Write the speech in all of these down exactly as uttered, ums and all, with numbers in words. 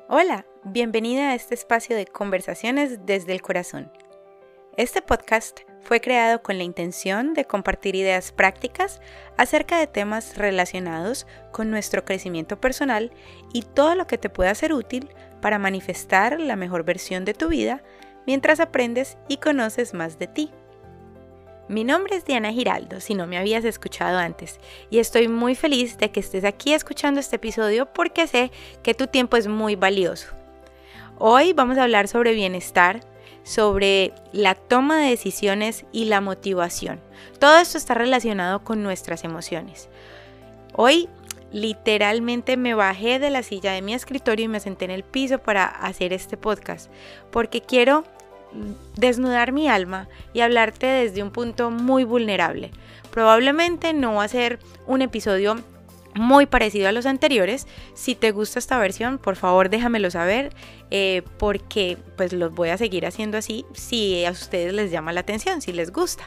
Hola, bienvenida a este espacio de conversaciones desde el corazón. Este podcast fue creado con la intención de compartir ideas prácticas acerca de temas relacionados con nuestro crecimiento personal y todo lo que te pueda ser útil para manifestar la mejor versión de tu vida mientras aprendes y conoces más de ti. Mi nombre es Diana Giraldo, si no me habías escuchado antes, y estoy muy feliz de que estés aquí escuchando este episodio porque sé que tu tiempo es muy valioso. Hoy vamos a hablar sobre bienestar, sobre la toma de decisiones y la motivación. Todo esto está relacionado con nuestras emociones. Hoy literalmente me bajé de la silla de mi escritorio y me senté en el piso para hacer este podcast, porque quiero desnudar mi alma y hablarte desde un punto muy vulnerable. Probablemente no va a ser un episodio muy parecido a los anteriores. Si te gusta esta versión, por favor déjamelo saber, eh, porque pues los voy a seguir haciendo así si a ustedes les llama la atención, si les gusta.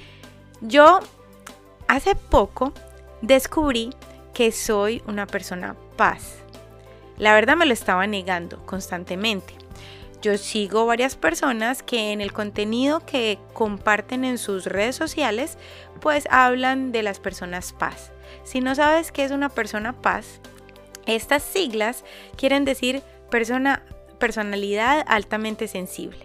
Yo hace poco descubrí que soy una persona paz. La verdad me lo estaba negando constantemente. Yo sigo varias personas que en el contenido que comparten en sus redes sociales, pues hablan de las personas paz. Si no sabes qué es una persona paz, estas siglas quieren decir persona, personalidad altamente sensible.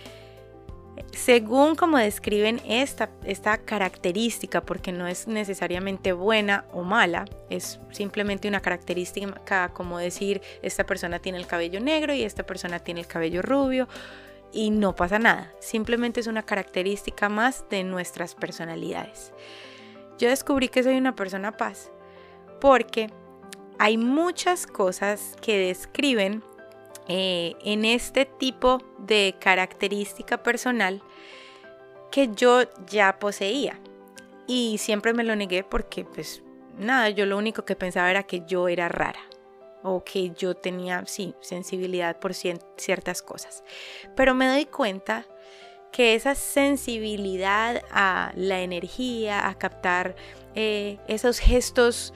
Según como describen esta, esta característica, porque no es necesariamente buena o mala, es simplemente una característica como decir esta persona tiene el cabello negro y esta persona tiene el cabello rubio y no pasa nada, simplemente es una característica más de nuestras personalidades. Yo descubrí que soy una persona paz porque hay muchas cosas que describen Eh, en este tipo de característica personal que yo ya poseía y siempre me lo negué porque pues nada, yo lo único que pensaba era que yo era rara o que yo tenía sí, sensibilidad por ciertas cosas, pero me doy cuenta que esa sensibilidad a la energía, a captar eh, esos gestos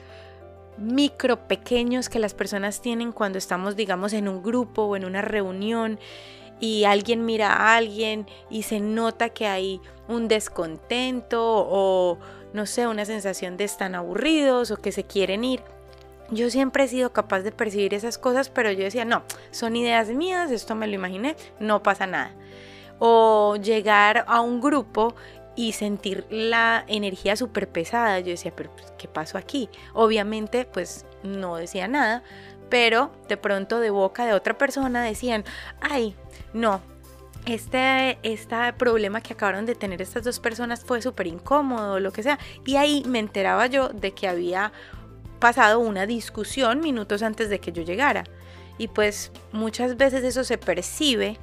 micro pequeños que las personas tienen cuando estamos, digamos, en un grupo o en una reunión y alguien mira a alguien y se nota que hay un descontento o no sé, una sensación de están aburridos o que se quieren ir. Yo siempre he sido capaz de percibir esas cosas, pero yo decía, no, son ideas mías, esto me lo imaginé, no pasa nada. O llegar a un grupo y sentir la energía súper pesada. Yo decía, pero ¿qué pasó aquí? Obviamente pues no decía nada, pero de pronto de boca de otra persona decían, ay, no, este, este problema que acabaron de tener estas dos personas fue súper incómodo, lo que sea. Y ahí me enteraba yo de que había pasado una discusión minutos antes de que yo llegara. Y pues muchas veces eso se percibe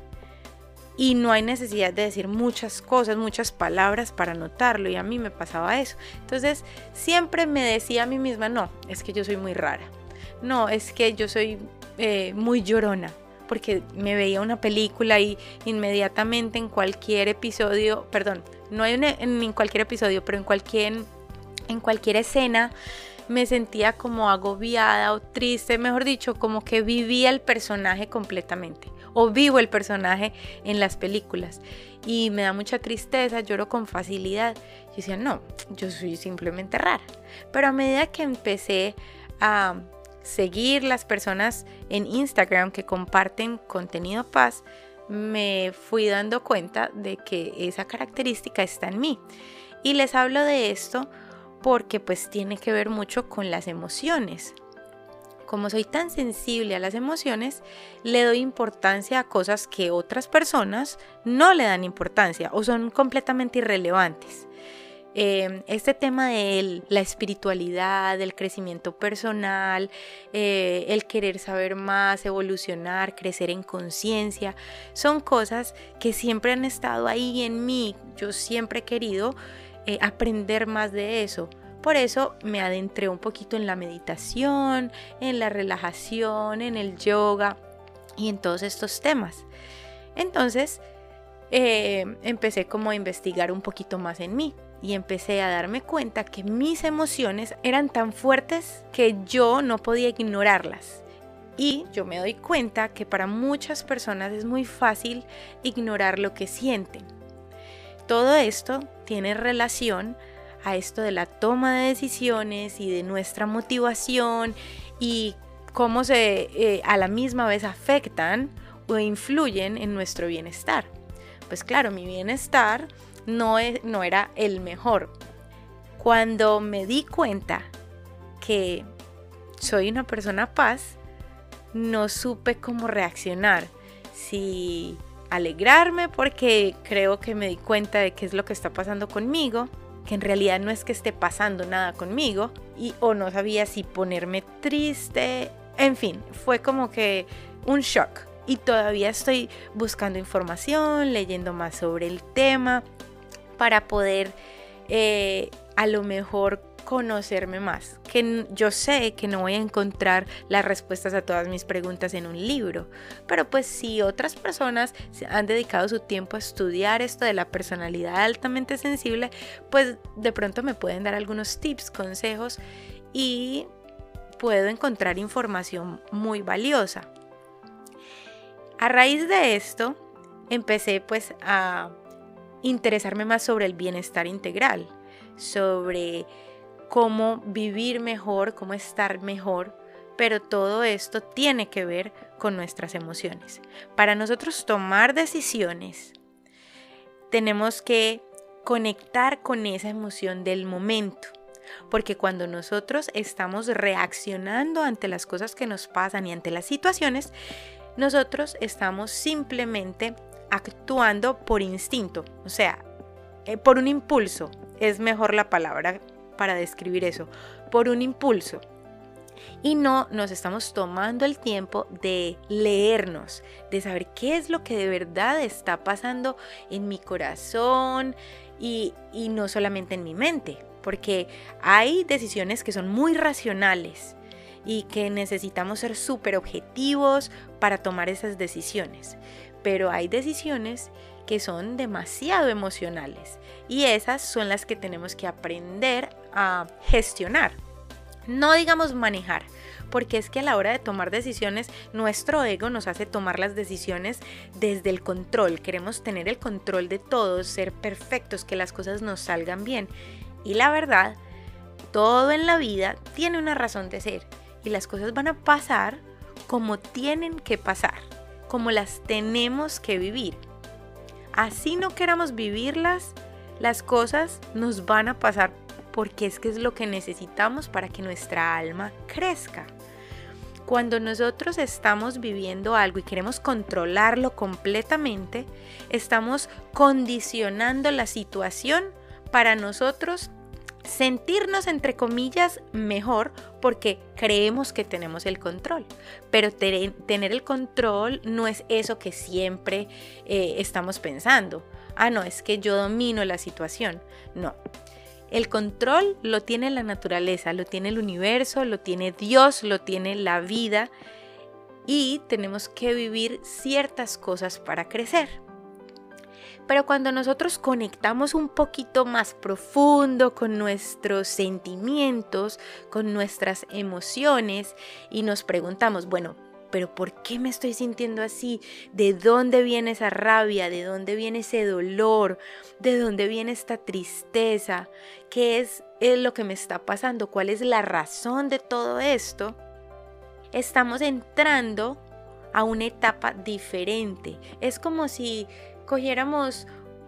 y no hay necesidad de decir muchas cosas, muchas palabras para notarlo, y a mí me pasaba eso. Entonces siempre me decía a mí misma, no, es que yo soy muy rara, no, es que yo soy eh, muy llorona, porque me veía una película y inmediatamente en cualquier episodio, perdón, no en, en cualquier episodio, pero en cualquier, en cualquier escena me sentía como agobiada o triste, mejor dicho, como que vivía el personaje completamente. O vivo el personaje en las películas y me da mucha tristeza, lloro con facilidad. Yo decía, no, yo soy simplemente rara. Pero a medida que empecé a seguir las personas en Instagram que comparten contenido paz, me fui dando cuenta de que esa característica está en mí. Y les hablo de esto porque pues tiene que ver mucho con las emociones. Como soy tan sensible a las emociones, le doy importancia a cosas que otras personas no le dan importancia o son completamente irrelevantes. Eh, este tema de la espiritualidad, el crecimiento personal, eh, el querer saber más, evolucionar, crecer en conciencia, son cosas que siempre han estado ahí en mí. Yo siempre he querido eh, aprender más de eso. Por eso me adentré un poquito en la meditación, en la relajación, en el yoga y en todos estos temas. Entonces eh, empecé como a investigar un poquito más en mí y empecé a darme cuenta que mis emociones eran tan fuertes que yo no podía ignorarlas. Y yo me doy cuenta que para muchas personas es muy fácil ignorar lo que sienten. Todo esto tiene relación a esto de la toma de decisiones y de nuestra motivación y cómo se eh, a la misma vez afectan o influyen en nuestro bienestar. Pues claro, mi bienestar no, es, no era el mejor. Cuando me di cuenta que soy una persona paz, no supe cómo reaccionar. Si alegrarme porque creo que me di cuenta de qué es lo que está pasando conmigo, que en realidad no es que esté pasando nada conmigo, y o no sabía si ponerme triste. En fin, fue como que un shock. Y todavía estoy buscando información, leyendo más sobre el tema para poder eh, a lo mejor conocerme más. Que yo sé que no voy a encontrar las respuestas a todas mis preguntas en un libro, pero pues si otras personas han dedicado su tiempo a estudiar esto de la personalidad altamente sensible, pues de pronto me pueden dar algunos tips, consejos y puedo encontrar información muy valiosa. A raíz de esto, empecé pues a interesarme más sobre el bienestar integral, sobre cómo vivir mejor, cómo estar mejor, pero todo esto tiene que ver con nuestras emociones. Para nosotros tomar decisiones, tenemos que conectar con esa emoción del momento, porque cuando nosotros estamos reaccionando ante las cosas que nos pasan y ante las situaciones, nosotros estamos simplemente actuando por instinto, o sea, eh, por un impulso, es mejor la palabra para describir eso, por un impulso. Y no nos estamos tomando el tiempo de leernos, de saber qué es lo que de verdad está pasando en mi corazón y, y no solamente en mi mente, porque hay decisiones que son muy racionales y que necesitamos ser súper objetivos para tomar esas decisiones. Pero hay decisiones que son demasiado emocionales y esas son las que tenemos que aprender a gestionar. No digamos manejar, porque es que a la hora de tomar decisiones, nuestro ego nos hace tomar las decisiones desde el control. Queremos tener el control de todo, ser perfectos, que las cosas nos salgan bien. Y la verdad, todo en la vida tiene una razón de ser. Y las cosas van a pasar como tienen que pasar, como las tenemos que vivir. Así no queramos vivirlas, las cosas nos van a pasar porque es que es lo que necesitamos para que nuestra alma crezca. Cuando nosotros estamos viviendo algo y queremos controlarlo completamente, estamos condicionando la situación para nosotros sentirnos, entre comillas, mejor porque creemos que tenemos el control. Pero te- tener el control no es eso que siempre eh, estamos pensando. Ah, no, es que yo domino la situación. No. El control lo tiene la naturaleza, lo tiene el universo, lo tiene Dios, lo tiene la vida. Y tenemos que vivir ciertas cosas para crecer. Pero cuando nosotros conectamos un poquito más profundo con nuestros sentimientos, con nuestras emociones y nos preguntamos, bueno, ¿pero por qué me estoy sintiendo así? ¿De dónde viene esa rabia? ¿De dónde viene ese dolor? ¿De dónde viene esta tristeza? ¿Qué es, es lo que me está pasando? ¿Cuál es la razón de todo esto? Estamos entrando a una etapa diferente. Es como si cogiéramos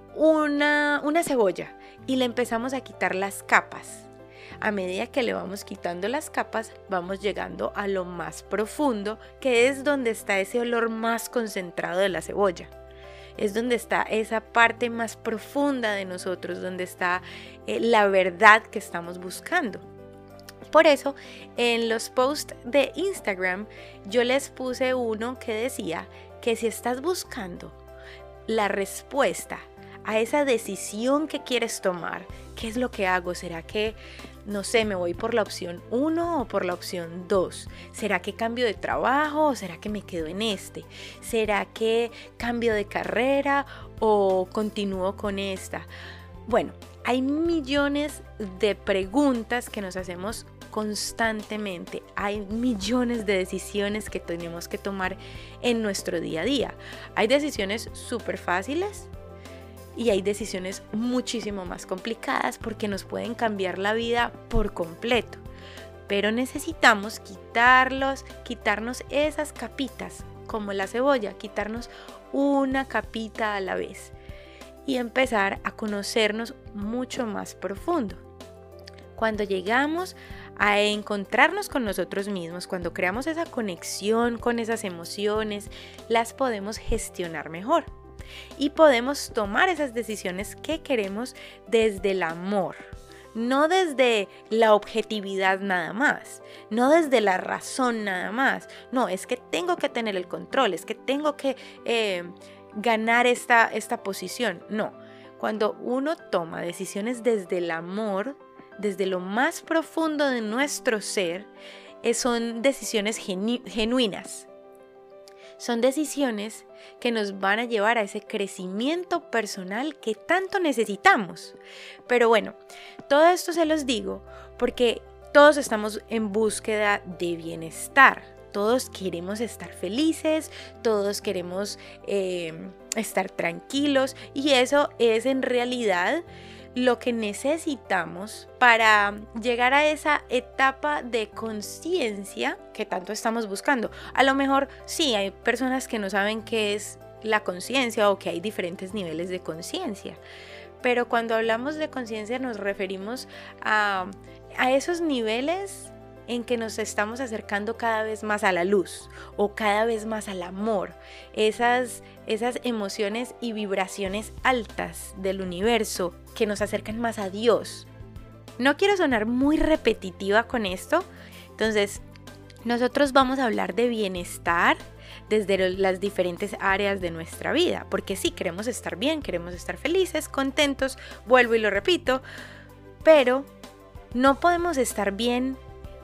una, una cebolla y le empezamos a quitar las capas. A medida que le vamos quitando las capas, vamos llegando a lo más profundo, que es donde está ese olor más concentrado de la cebolla. Es donde está esa parte más profunda de nosotros, donde está eh, la verdad que estamos buscando. Por eso, en los posts de Instagram, yo les puse uno que decía que si estás buscando la respuesta a esa decisión que quieres tomar, ¿qué es lo que hago? ¿Será que, no sé, me voy por la opción uno o por la opción dos? ¿Será que cambio de trabajo o será que me quedo en este? ¿Será que cambio de carrera o continúo con esta? Bueno, hay millones de preguntas que nos hacemos constantemente. Hay millones de decisiones que tenemos que tomar en nuestro día a día. Hay decisiones súper fáciles y hay decisiones muchísimo más complicadas porque nos pueden cambiar la vida por completo. Pero necesitamos quitarlos, quitarnos esas capitas, como la cebolla, quitarnos una capita a la vez y empezar a conocernos mucho más profundo. Cuando llegamos a encontrarnos con nosotros mismos, cuando creamos esa conexión con esas emociones, las podemos gestionar mejor y podemos tomar esas decisiones que queremos desde el amor. No desde la objetividad nada más, no desde la razón nada más. No, es que tengo que tener el control, es que tengo que eh, ganar esta, esta posición. No, cuando uno toma decisiones desde el amor, desde lo más profundo de nuestro ser, eh, son decisiones genu- genuinas. Son decisiones que nos van a llevar a ese crecimiento personal que tanto necesitamos. Pero bueno, todo esto se los digo porque todos estamos en búsqueda de bienestar. Todos queremos estar felices, todos queremos eh, estar tranquilos y eso es en realidad lo que necesitamos para llegar a esa etapa de conciencia que tanto estamos buscando. A lo mejor sí, hay personas que no saben qué es la conciencia o que hay diferentes niveles de conciencia, pero cuando hablamos de conciencia nos referimos a, a esos niveles en que nos estamos acercando cada vez más a la luz o cada vez más al amor, esas, esas emociones y vibraciones altas del universo que nos acercan más a Dios. No quiero sonar muy repetitiva con esto, entonces nosotros vamos a hablar de bienestar desde las diferentes áreas de nuestra vida, porque sí, queremos estar bien, queremos estar felices, contentos, vuelvo y lo repito, pero no podemos estar bien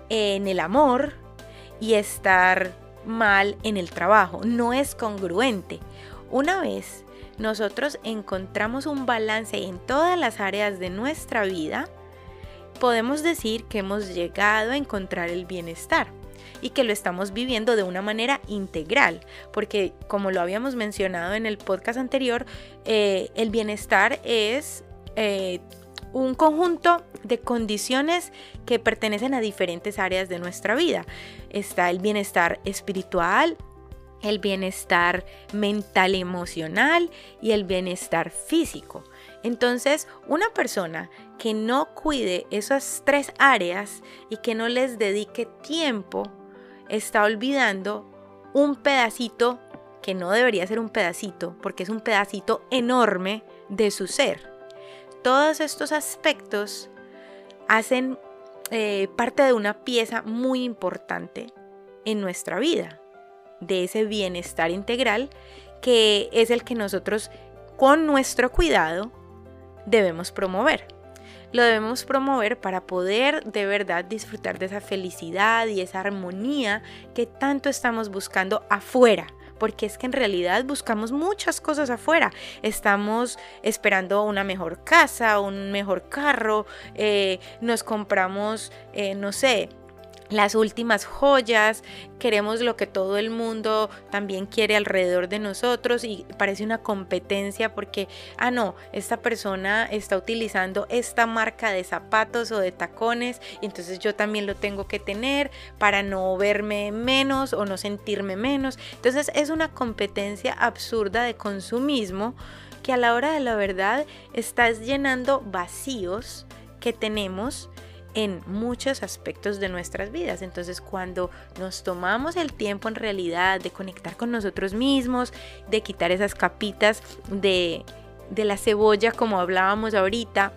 en el amor y estar mal en el trabajo. No es congruente. Una vez nosotros encontramos un balance en todas las áreas de nuestra vida, podemos decir que hemos llegado a encontrar el bienestar y que lo estamos viviendo de una manera integral, porque como lo habíamos mencionado en el podcast anterior, eh, el bienestar es eh, un conjunto de condiciones que pertenecen a diferentes áreas de nuestra vida. Está el bienestar espiritual, el bienestar mental y emocional y el bienestar físico. Entonces, una persona que no cuide esas tres áreas y que no les dedique tiempo, está olvidando un pedacito que no debería ser un pedacito, porque es un pedacito enorme de su ser. Todos estos aspectos hacen eh, parte de una pieza muy importante en nuestra vida, de ese bienestar integral que es el que nosotros con nuestro cuidado debemos promover. Lo debemos promover para poder de verdad disfrutar de esa felicidad y esa armonía que tanto estamos buscando afuera. Porque es que en realidad buscamos muchas cosas afuera. Estamos esperando una mejor casa, un mejor carro, eh, nos compramos, eh, no sé, las últimas joyas, queremos lo que todo el mundo también quiere alrededor de nosotros y parece una competencia porque, ah no, esta persona está utilizando esta marca de zapatos o de tacones y entonces yo también lo tengo que tener para no verme menos o no sentirme menos. Entonces es una competencia absurda de consumismo que a la hora de la verdad estás llenando vacíos que tenemos en muchos aspectos de nuestras vidas. Entonces, cuando nos tomamos el tiempo en realidad de conectar con nosotros mismos, de quitar esas capitas de, de la cebolla como hablábamos ahorita,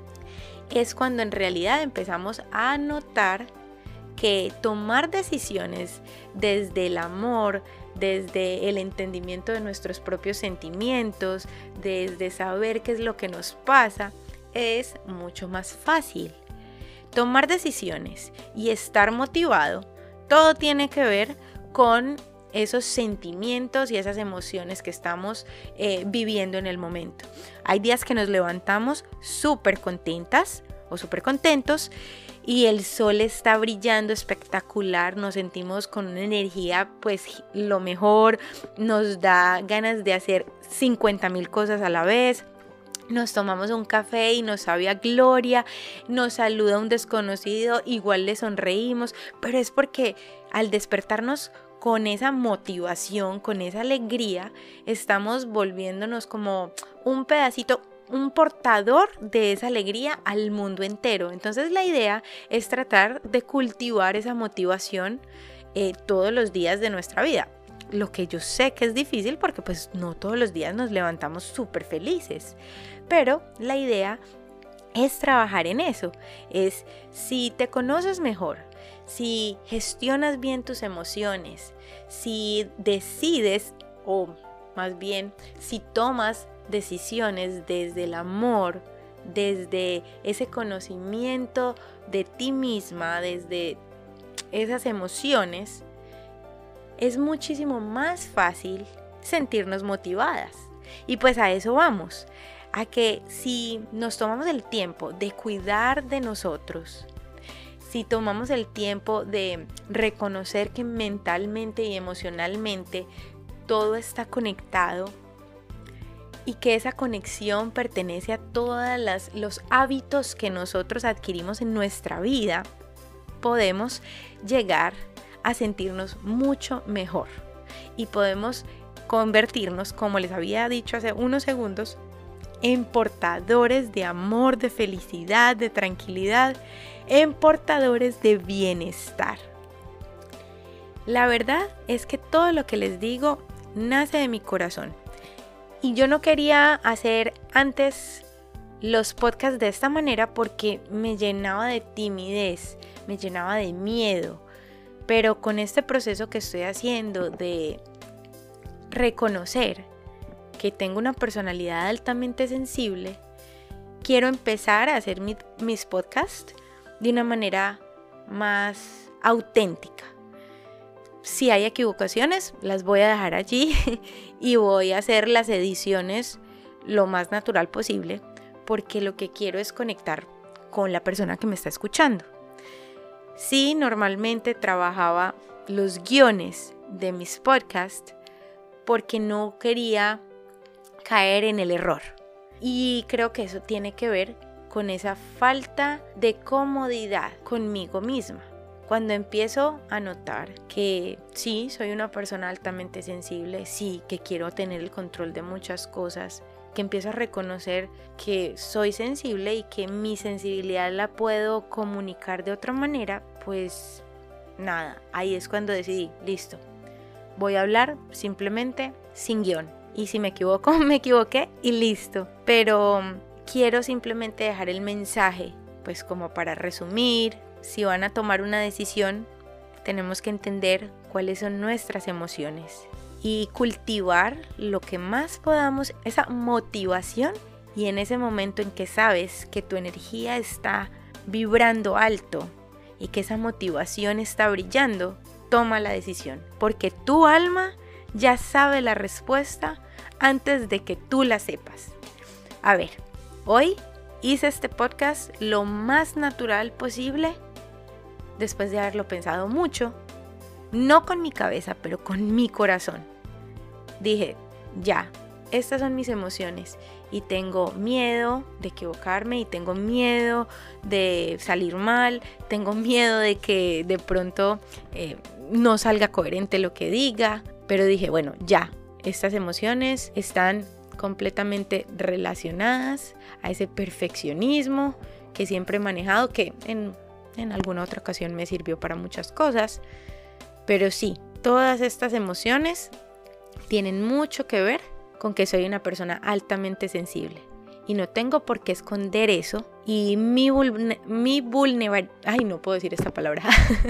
es cuando en realidad empezamos a notar que tomar decisiones desde el amor, desde el entendimiento de nuestros propios sentimientos, desde saber qué es lo que nos pasa, es mucho más fácil. Tomar decisiones y estar motivado, todo tiene que ver con esos sentimientos y esas emociones que estamos eh, viviendo en el momento. Hay días que nos levantamos súper contentas o súper contentos y el sol está brillando espectacular, nos sentimos con una energía pues lo mejor, nos da ganas de hacer cincuenta mil cosas a la vez. Nos tomamos un café y nos sabe a gloria, nos saluda un desconocido, igual le sonreímos, pero es porque al despertarnos con esa motivación, con esa alegría, estamos volviéndonos como un pedacito, un portador de esa alegría al mundo entero. Entonces la idea es tratar de cultivar esa motivación eh, todos los días de nuestra vida. Lo que yo sé que es difícil porque pues no todos los días nos levantamos súper felices, pero la idea es trabajar en eso. Es si te conoces mejor, si gestionas bien tus emociones, si decides o más bien si tomas decisiones desde el amor, desde ese conocimiento de ti misma, desde esas emociones, es muchísimo más fácil sentirnos motivadas. Y pues a eso vamos, a que si nos tomamos el tiempo de cuidar de nosotros, si tomamos el tiempo de reconocer que mentalmente y emocionalmente todo está conectado y que esa conexión pertenece a todos los hábitos que nosotros adquirimos en nuestra vida, podemos llegar a sentirnos mucho mejor y podemos convertirnos, como les había dicho hace unos segundos, en portadores de amor, de felicidad, de tranquilidad, en portadores de bienestar. La verdad es que todo lo que les digo nace de mi corazón y yo no quería hacer antes los podcasts de esta manera porque me llenaba de timidez, me llenaba de miedo. Pero con este proceso que estoy haciendo de reconocer que tengo una personalidad altamente sensible, quiero empezar a hacer mi, mis podcasts de una manera más auténtica. Si hay equivocaciones, las voy a dejar allí y voy a hacer las ediciones lo más natural posible, porque lo que quiero es conectar con la persona que me está escuchando. Sí, normalmente trabajaba los guiones de mis podcasts porque no quería caer en el error. Y creo que eso tiene que ver con esa falta de comodidad conmigo misma. Cuando empiezo a notar que sí, soy una persona altamente sensible, sí, que quiero tener el control de muchas cosas, que empiezo a reconocer que soy sensible y que mi sensibilidad la puedo comunicar de otra manera, pues nada, ahí es cuando decidí, listo, voy a hablar simplemente sin guión. Y si me equivoco, me equivoqué y listo. Pero quiero simplemente dejar el mensaje, pues como para resumir, si van a tomar una decisión, tenemos que entender cuáles son nuestras emociones y cultivar lo que más podamos, esa motivación. Y en ese momento en que sabes que tu energía está vibrando alto y que esa motivación está brillando, toma la decisión, porque tu alma ya sabe la respuesta antes de que tú la sepas. A ver, hoy hice este podcast lo más natural posible, después de haberlo pensado mucho, no con mi cabeza, pero con mi corazón. Dije, ya, estas son mis emociones y tengo miedo de equivocarme y tengo miedo de salir mal, tengo miedo de que de pronto eh, no salga coherente lo que diga, pero dije, bueno, ya, estas emociones están completamente relacionadas a ese perfeccionismo que siempre he manejado, que en, en alguna otra ocasión me sirvió para muchas cosas, pero sí, todas estas emociones tienen mucho que ver con que soy una persona altamente sensible y no tengo por qué esconder eso. Y mi, vulne- mi vulnerabilidad, ay, no puedo decir esta palabra,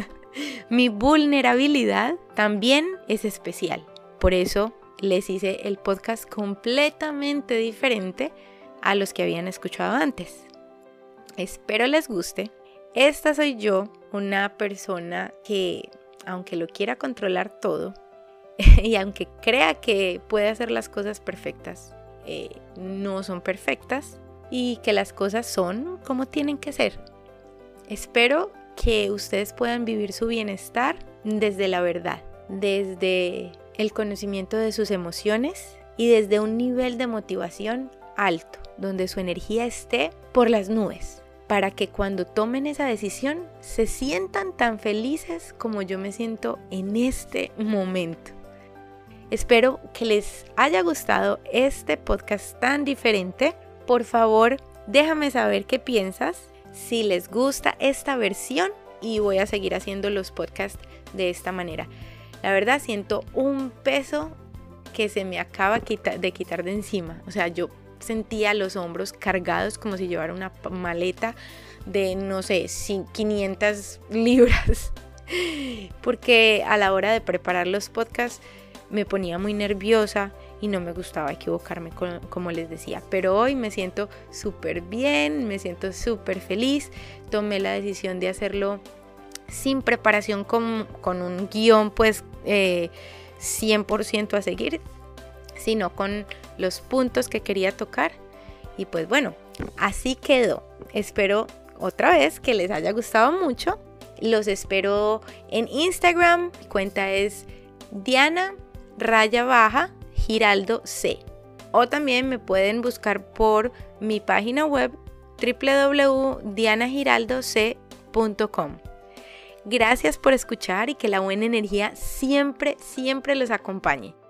mi vulnerabilidad también es especial. Por eso les hice el podcast completamente diferente a los que habían escuchado antes. Espero les guste. Esta soy yo, una persona que, aunque lo quiera controlar todo, y aunque crea que puede hacer las cosas perfectas, eh, no son perfectas y que las cosas son como tienen que ser. Espero que ustedes puedan vivir su bienestar desde la verdad, desde el conocimiento de sus emociones y desde un nivel de motivación alto, donde su energía esté por las nubes, para que cuando tomen esa decisión se sientan tan felices como yo me siento en este momento. Espero que les haya gustado este podcast tan diferente. Por favor, déjame saber qué piensas, si les gusta esta versión, y voy a seguir haciendo los podcasts de esta manera. La verdad, siento un peso que se me acaba de quitar de encima. O sea, yo sentía los hombros cargados como si llevara una maleta de, no sé, quinientas libras. Porque a la hora de preparar los podcasts me ponía muy nerviosa y no me gustaba equivocarme, como les decía. Pero hoy me siento súper bien, me siento súper feliz. Tomé la decisión de hacerlo sin preparación, con, con un guión pues eh, cien por ciento a seguir, sino con los puntos que quería tocar. Y pues bueno, así quedó. Espero otra vez que les haya gustado mucho. Los espero en Instagram. Mi cuenta es Diana raya baja Giraldo C. O también me pueden buscar por mi página web w w w punto diana giraldo c punto com. Gracias por escuchar y que la buena energía siempre, siempre los acompañe.